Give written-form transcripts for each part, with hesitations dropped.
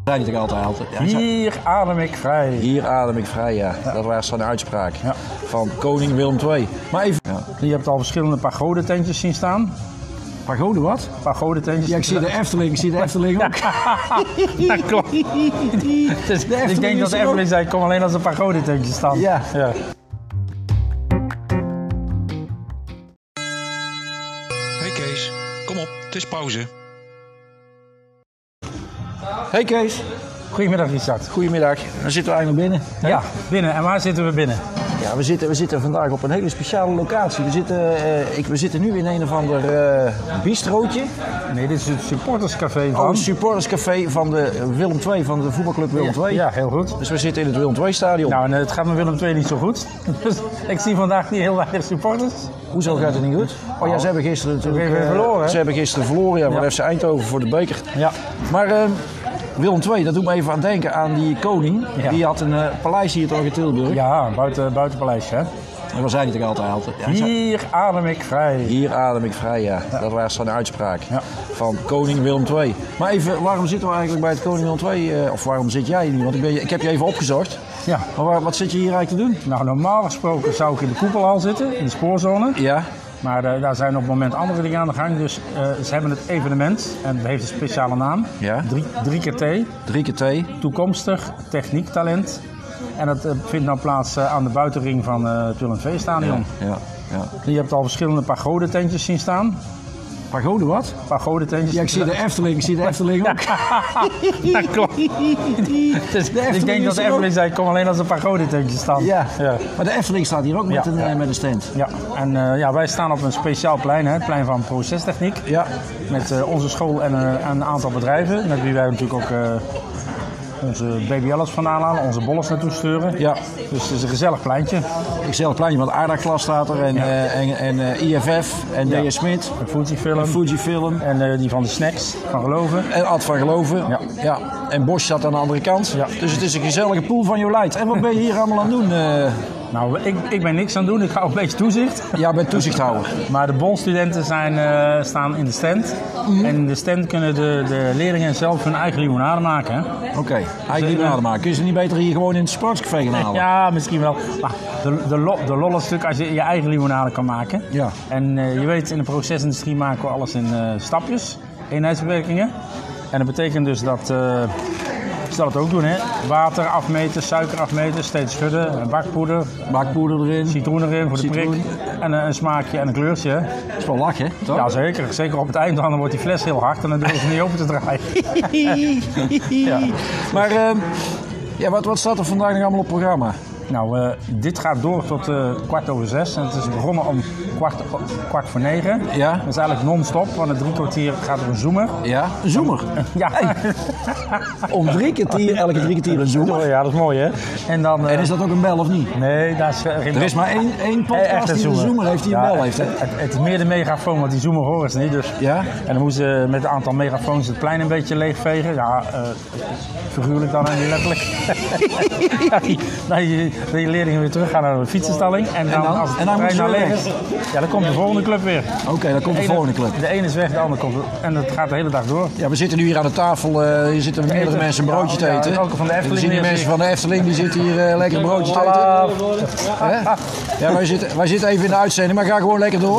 Zei hij toch altijd? Ja, hier adem ik vrij. Hier adem ik vrij, ja. Dat was zo'n uitspraak van koning Willem II. Maar even... Ja. Je hebt al verschillende pagodententjes zien staan. Pagode wat? Pagodententjes. Ja, ik zie de Efteling ook. Dat klopt. Dus ik denk dat de Efteling zei, kom alleen als er pagodententjes staan. Ja. Hey Kees, kom op, het is pauze. Hey Kees. Goedemiddag Richard. Goedemiddag. Dan zitten we eigenlijk binnen. Hè? Ja, binnen. En waar zitten we binnen? Ja, we zitten vandaag op een hele speciale locatie. We zitten nu in een of ander bistrootje. Nee, dit is het supporterscafé van... Oh, het supporterscafé van de Willem II, van de voetbalclub Willem II. Ja, heel goed. Dus we zitten in het Willem II-stadion. Nou, en het gaat met Willem II niet zo goed. Dus ik zie vandaag niet heel weinig supporters. Hoezo gaat het niet goed? Oh ja, ze hebben gisteren natuurlijk... verloren. Ze hebben gisteren verloren, van FC Eindhoven voor de beker. Ja. Maar Willem II, dat doet me even aan denken aan die koning. Ja. Die had een paleis hier toch in Tilburg. Ja, buitenpaleisje, hè. En wat zei hij toch altijd? Ja, hier adem ik vrij. Hier adem ik vrij, ja. Dat was zo'n uitspraak van koning Willem II. Maar even, waarom zitten we eigenlijk bij het koning Willem II? Of waarom zit jij hier? Want ik heb je even opgezocht. Ja. Maar wat zit je hier eigenlijk te doen? Nou, normaal gesproken zou ik in de koepelhal zitten, in de spoorzone. Ja. Maar daar zijn op het moment andere dingen aan de gang. Dus ze hebben het evenement, en het heeft een speciale naam. Ja. 3 keer T. 3 keer T. Toekomstig techniektalent. En dat vindt nou plaats aan de buitenring van het Willem II-stadion. Ja. Je hebt al verschillende pagodententjes zien staan. Pagode wat? Pagodententjes. Ja, ik zie de Efteling ook. Dat klopt. Dus ik denk dat de Efteling zei, kom alleen als er pagodententjes staan. Ja. Maar de Efteling staat hier ook met een stand. Ja, en wij staan op een speciaal plein, hè, het plein van procestechniek. Ja. Met onze school en een aantal bedrijven, met wie wij natuurlijk ook onze BBL'ers vandaan halen, onze bollers naartoe sturen. Ja. Dus het is een gezellig pleintje. Een gezellig pleintje, want Aardaglas staat er en IFF en D.S. Smit. Een Fujifilm. En die van de snacks, van Geloven. En Ad van Geloven. Ja. En Bosch zat aan de andere kant. Ja. Dus het is een gezellige pool van Jolijt. En wat ben je hier allemaal aan het doen? Nou, ik ben niks aan het doen. Ik hou een beetje toezicht. Ja, ik ben toezichthouder. Maar de bolstudenten staan in de stand. En in de stand kunnen de leerlingen zelf hun eigen limonade maken. Oké, eigen limonade maken. Kun je ze niet beter hier gewoon in het sportscafé gaan halen? Ja, misschien wel. Maar de lol is natuurlijk als je je eigen limonade kan maken. Ja. En je weet, in de procesindustrie maken we alles in stapjes, eenheidsbewerkingen. En dat betekent dus dat ze dat ook doen, hè? Water afmeten, suiker afmeten, steeds schudden, Bakpoeder erin. Citroen erin voor de prik. En een smaakje en een kleurtje. Hè? Dat is wel lachen, toch? Ja, zeker. Zeker op het eind, dan wordt die fles heel hard en dan durven ze niet open te draaien. Ja. Maar wat staat er vandaag nog allemaal op programma? Nou, dit gaat door tot 6:15 en het is begonnen om 8:45. Ja. Dat is eigenlijk non-stop, want in 3 kwartier gaat er een zoemer. Ja, een zoemer? Ja. Hey. Om 3 kwartier, elke 3 kwartier een zoemer? Ja, dat is mooi, hè? En is dat ook een bel of niet? Nee, daar is geen Er is maar één podcast die een zoemer heeft die een bel heeft, hè? Het is meer de megafoon, want die zoemer horen ze niet. Dus. Ja? En dan moeten ze met een aantal megafoons het plein een beetje leegvegen. Ja, figuurlijk dan en niet letterlijk. Dat je leerlingen weer terug gaan naar de fietsenstalling. En dan als het trein nou leeg is, dan komt de volgende club weer. Oké, dan komt de volgende club. De ene is weg, de andere komt. En dat gaat de hele dag door. Ja, we zitten nu hier aan de tafel. Hier zitten meerdere mensen een broodje te eten. Ook van de Efteling. We zien die mensen van de Efteling, die zitten hier lekker een broodje te eten. Ja, wij zitten even in de uitzending, maar ga gewoon lekker door.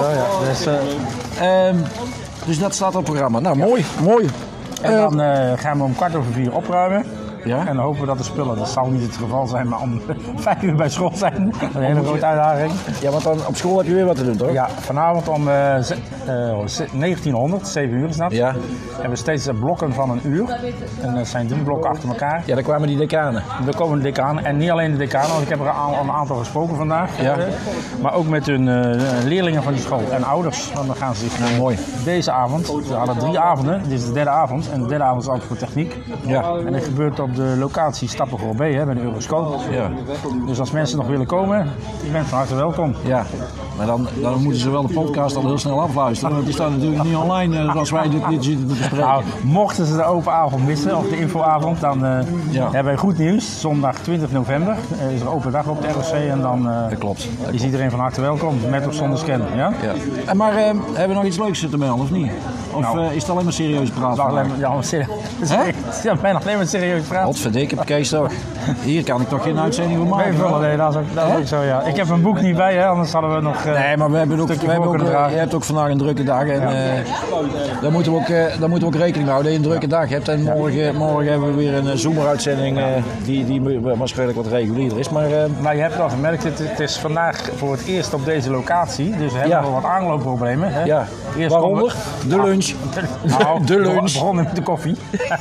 Dus dat staat op het programma. Nou, mooi. En dan gaan we om 4:15 opruimen. Ja? En dan hopen we dat de spullen, dat zal niet het geval zijn, maar om 5 uur bij school zijn. Een hele grote uitdaging. Ja, want dan op school heb je weer wat te doen, toch? Ja, vanavond om 1900, 7 uur is dat. Ja. Hebben we steeds blokken van een uur. En dat zijn 3 blokken achter elkaar. Ja, daar kwamen die decanen. Er komen de decanen. En niet alleen de decanen, want ik heb er al een aantal gesproken vandaag. Ja. Maar ook met hun leerlingen van die school en ouders. Want dan gaan ze zich mooi. Deze avond, we hadden 3 avonden, dit is de 3e avond. En de 3e avond is altijd voor techniek. Ja. En dit gebeurt op op de locatie Stappengorp B, hè, bij de Euroscoop. Ja. Dus als mensen nog willen komen, je bent van harte welkom. Ja, maar dan moeten ze wel de podcast al heel snel afluisteren. Want die staat natuurlijk niet online als wij dit zitten te bespreken. Nou, mochten ze de open avond missen, of de infoavond, dan hebben wij goed nieuws. Zondag 20 november is er open dag op de ROC en dan dat klopt. is iedereen van harte welkom, met of zonder scan. Ja? Ja. En maar hebben we nog iets leuks te melden of niet? Of is het alleen maar serieuze praat? Bijna alleen maar serieus praten. Godverdikke, Kees toch. Hier kan ik toch geen uitzending van maken? Nee, dat is ook zo, ja. Ik heb een boek niet bij, hè, anders hadden we nog... nee, maar we hebben ook, je hebt ook vandaag een drukke dag. En daar moeten we ook rekening mee houden dat je een drukke dag hebt. En morgen hebben we weer een Zoomer-uitzending die waarschijnlijk wat regulierder is. Maar je hebt al gemerkt, het is vandaag voor het eerst op deze locatie. Dus we hebben wel wat aanloopproblemen. Hè? Ja. Waaronder de lunch. De lunch. We begonnen met de koffie.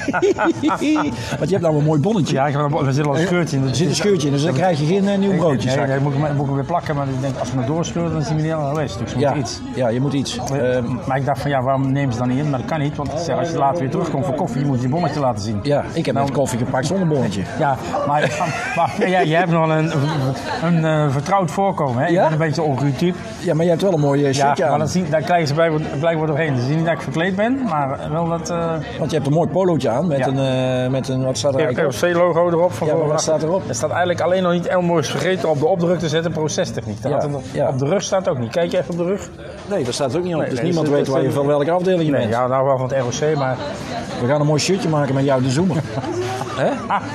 Want je hebt nou een mooi bonnetje. Ja, er zit al een scheurtje in. Er zit een scheurtje in, dus dan krijg je geen nieuw broodje. Nee, moet ik hem weer plakken. Maar ik denk, als we het doorscheuren, dan is hij niet helemaal geweest. Dus je moet iets. Maar ik dacht van, waarom nemen ze dan niet in? Maar dat kan niet, want als je later weer terugkomt voor koffie, moet je bonnetje laten zien. Ja, ik heb net koffie gepakt zonder bonnetje. Ja, maar je hebt nog een vertrouwd voorkomen. Hè? Je bent een beetje een ongeruut type. Ja, maar je hebt wel een mooie shirtje aan. Maar daar krijgen ze blijkbaar doorheen. Ze zien niet dat ik verkleed ben, maar wel dat... Want je hebt een mooi polootje aan met een wat staat er eigenlijk op? ROC-logo erop. Wat staat erop? Er staat eigenlijk alleen nog niet heel mooi vergeten op de opdruk te zetten, procestechniek. Op de rug staat ook niet. Kijk je even op de rug. Nee, dat staat ook niet op. Dus niemand weet waar je van welke afdeling je bent. Ja, nou wel van het ROC, maar... We gaan een mooi shirtje maken met jou, de Zoomer. Hè?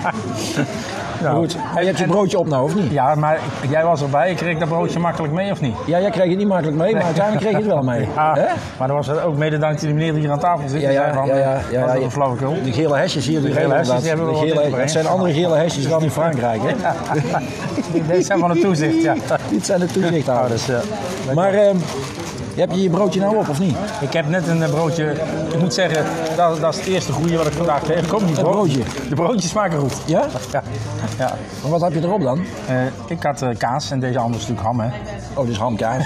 Ja. Goed. Je hebt je broodje op nou, of niet? Ja, maar jij was erbij. Kreeg ik dat broodje makkelijk mee, of niet? Ja, jij kreeg het niet makkelijk mee, maar uiteindelijk kreeg je het wel mee. Ja, maar dat was ook mede dankzij de meneer die hier aan tafel zit. Ja. Dat is een flauwekul. De gele hesjes hier. De gele hesjes, die hebben we wel. Het zijn andere gele hesjes dan in Frankrijk, hè? Deze zijn van de toezicht, ja. Dit zijn de toezichthouders. Maar... Heb je je broodje nou op of niet? Ik heb net een broodje. Ik moet zeggen, dat is het eerste goede wat ik vandaag tegenkom. Niet het broodje? De broodjes smaken goed. Ja? Ja. Maar wat heb je erop dan? Ik had kaas en deze andere stuk ham, hè. Oh, dus hamkaas.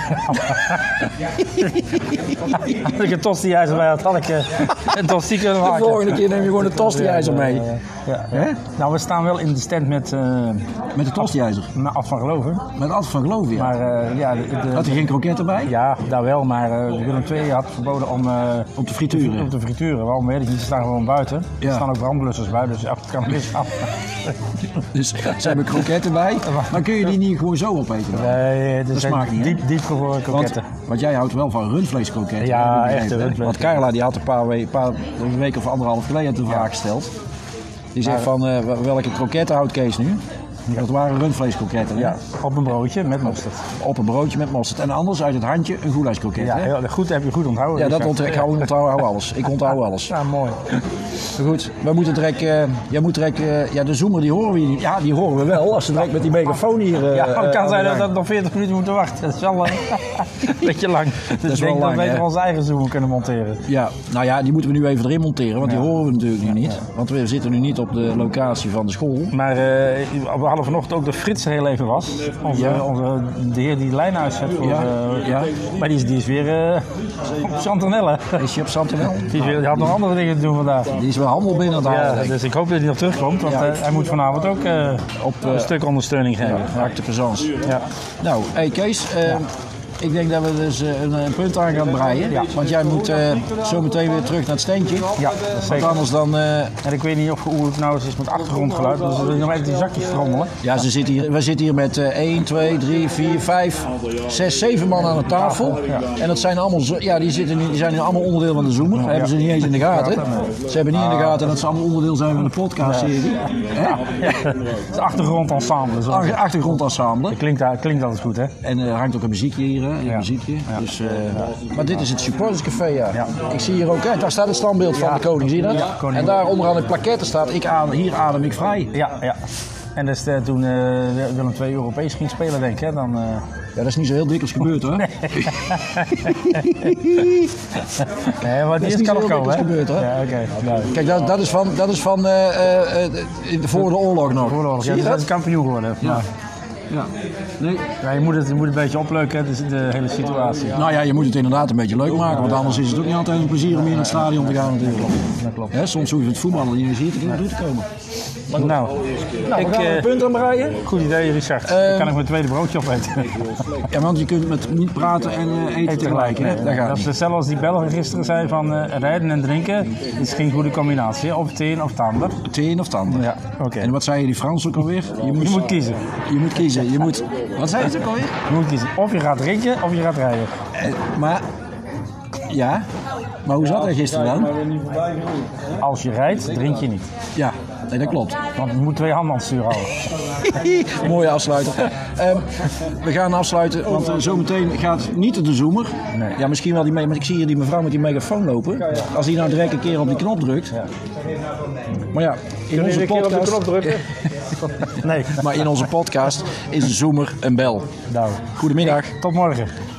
Als ik een tosti-ijzer bij had ik een tosti kunnen maken. De volgende keer neem je gewoon een tosti-ijzer mee. Ja. Nou, we staan wel in de stand met de tosti-ijzer? Met Ad van Geloven. Met Ad van Geloven, ja. Maar had hij geen kroket erbij? Ja, daar wel, maar Willem II had verboden om te frituren. Om te frituren. Waarom weet ik niet, ze staan gewoon buiten. Ja. Er staan ook brandblussers bij, dus het kan misgaan. Dus ze hebben kroketten bij, maar kun je die niet gewoon zo opeten? Nee, dat smaakt niet. Diepgevroren kroketten. Want jij houdt wel van rundvleeskroketten. Ja, echt rundvlees. Want Carla die had een paar weken of anderhalf geleden de vraag gesteld. Die zegt van, welke kroketten houdt Kees nu? Dat waren rundvleeskroketten. Ja, op een broodje met mosterd. Op een broodje met mosterd. En anders uit het handje een goelijskroket. Ja, heb je goed onthouden. Ja, ik onthoud alles. Ik onthoud alles. Ja, mooi. Goed, we moeten direct... jij moet direct... de Zoomer die horen we hier niet. Ja, die horen we wel. Als ze direct met die megafoon hier... ja, het kan zijn dat we nog 40 minuten moeten wachten. Dat is wel een beetje lang. Dus ik denk dat we beter onze eigen Zoomer kunnen monteren. Ja, nou ja, die moeten we nu even erin monteren. Want die horen we natuurlijk nu niet. Want we zitten nu niet op de locatie van de school. Maar we hadden vanochtend ook de Frits er heel even was. De heer die de lijn uitzet. Maar die is weer op Santanelle. Is hij op Santanelle? Die had nog andere dingen te doen vandaag. Die is wel handel binnen aan het halen. Ja, dus ik hoop dat hij nog terugkomt. Want hij moet vanavond ook een stuk ondersteuning geven. Acte présence. Ja. Nou, hey Kees. Ik denk dat we dus een punt aan gaan breien. Ja. Want jij moet zo meteen weer terug naar het steentje. Ja, dat is zeker. Anders dan... En ik weet niet hoe het nou is met achtergrondgeluid. Dus we nog even die zakjes trommelen. Ja, we zitten hier met 1, 2, 3, 4, 5, 6, 7 man aan de tafel. Ja. En dat zijn allemaal... Ja, die zijn allemaal onderdeel van de Zoomer. Dat hebben ze niet eens in de gaten. Ze hebben niet in de gaten dat ze allemaal onderdeel zijn van de podcastserie. Ja. Het is achtergrondensemble. Achtergrondensemble. Dat klinkt altijd goed, hè? En er hangt ook een muziekje hier. Muziekje. Ja. Dus, maar dit is het supporterscafé, ja. Ik zie hier ook, daar staat het standbeeld van de koning, zie je dat? Ja, en daar onderaan de plaquette staat, hier adem ik vrij. Ja. En dus toen Willem II Europees ging spelen, denk ik, hè, dan... Ja, dat is niet zo heel dikwijls gebeurd, hoor. Nee, maar die kan nog komen, hè? Gebeurd, hoor. Ja, okay. Kijk, dat is van voor de oorlog nog. Voor de oorlog, ja, dat is kampioen geworden. Ja. Ja. Nee. Ja, je moet het een beetje opleuken, de hele situatie. Nou ja, je moet het inderdaad een beetje leuk maken, want anders is het ook niet altijd een plezier om hier naar het stadion te gaan natuurlijk. Dat klopt. Ja, soms hoef je het voetballen niet eens hier naartoe te komen. Nou, we gaan een punt aan breien. Goed idee, Richard. Dan kan ik mijn tweede broodje opeten. Ja, want je kunt met niet praten en eten tegelijk. Hè? Dat is hetzelfde als die Belgen gisteren zei van rijden en drinken is geen goede combinatie. Of het een of het ander. Het een of het ander. Ja, oké. En wat zei je die Frans ook alweer? Je moet kiezen. Je moet kiezen. Wat zei je ook alweer? Je moet kiezen. Of je gaat drinken of je gaat rijden. Maar hoe zat hij gisteren dan? Als je rijdt, drink je niet. Ja, nee, dat klopt. Want je moet 2 handen aan het stuur houden. Mooie afsluiter. We gaan afsluiten, want zometeen gaat niet de zoomer. Nee. Ja, misschien wel maar ik zie hier die mevrouw met die megafoon lopen. Als die nou direct een keer op die knop drukt. Ja. Maar ja, in onze podcast... op de knop drukken? Nee. Maar in onze podcast is de zoomer een bel. Nou. Goedemiddag. Tot morgen.